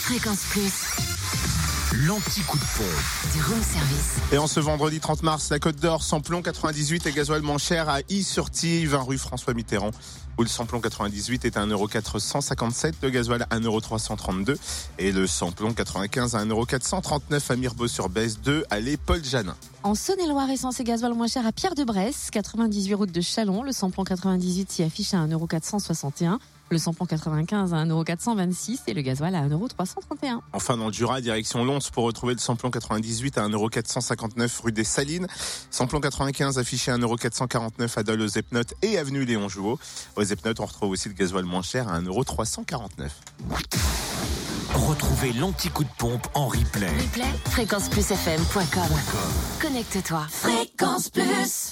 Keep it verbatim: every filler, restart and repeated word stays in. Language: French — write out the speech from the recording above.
Fréquence Plus. L'anti-coup de pompe du room service. Et en ce vendredi trente mars, la Côte d'Or, samplon quatre-vingt-dix-huit et gasoil moins cher à Y-sur-Tille, vingt rue François Mitterrand, où le samplon quatre-vingt-dix-huit est à un euro quatre cent cinquante-sept, le gasoil à un euro trois cent trente-deux et le samplon quatre-vingt-quinze à un euro quatre cent trente-neuf à Mirebeau-sur-Bèze, deux allée Paul Janin. En Saône-et-Loire, essence et gasoil moins cher à Pierre-de-Bresse, quatre-vingt-dix-huit route de Châlons. Le samplon quatre-vingt-dix-huit s'y affiche à un euro quatre cent soixante et un. Le samplon quatre-vingt-quinze à un euro quatre cent vingt-six et le gasoil à un euro trois cent trente et un. Enfin, dans le Jura, direction Lons pour retrouver le samplon quatre-vingt-dix-huit à un euro quatre cent cinquante-neuf rue des Salines. Samplon quatre-vingt-quinze affiché à un euro quatre cent quarante-neuf à Dole aux Epnotes et avenue Léon Jouot. Aux Epnotes, on retrouve aussi le gasoil moins cher à un euro trois cent quarante-neuf. Retrouvez l'anti-coup de pompe en replay. Replay, fréquence plus f m point com. Connecte-toi. Fréquence Plus.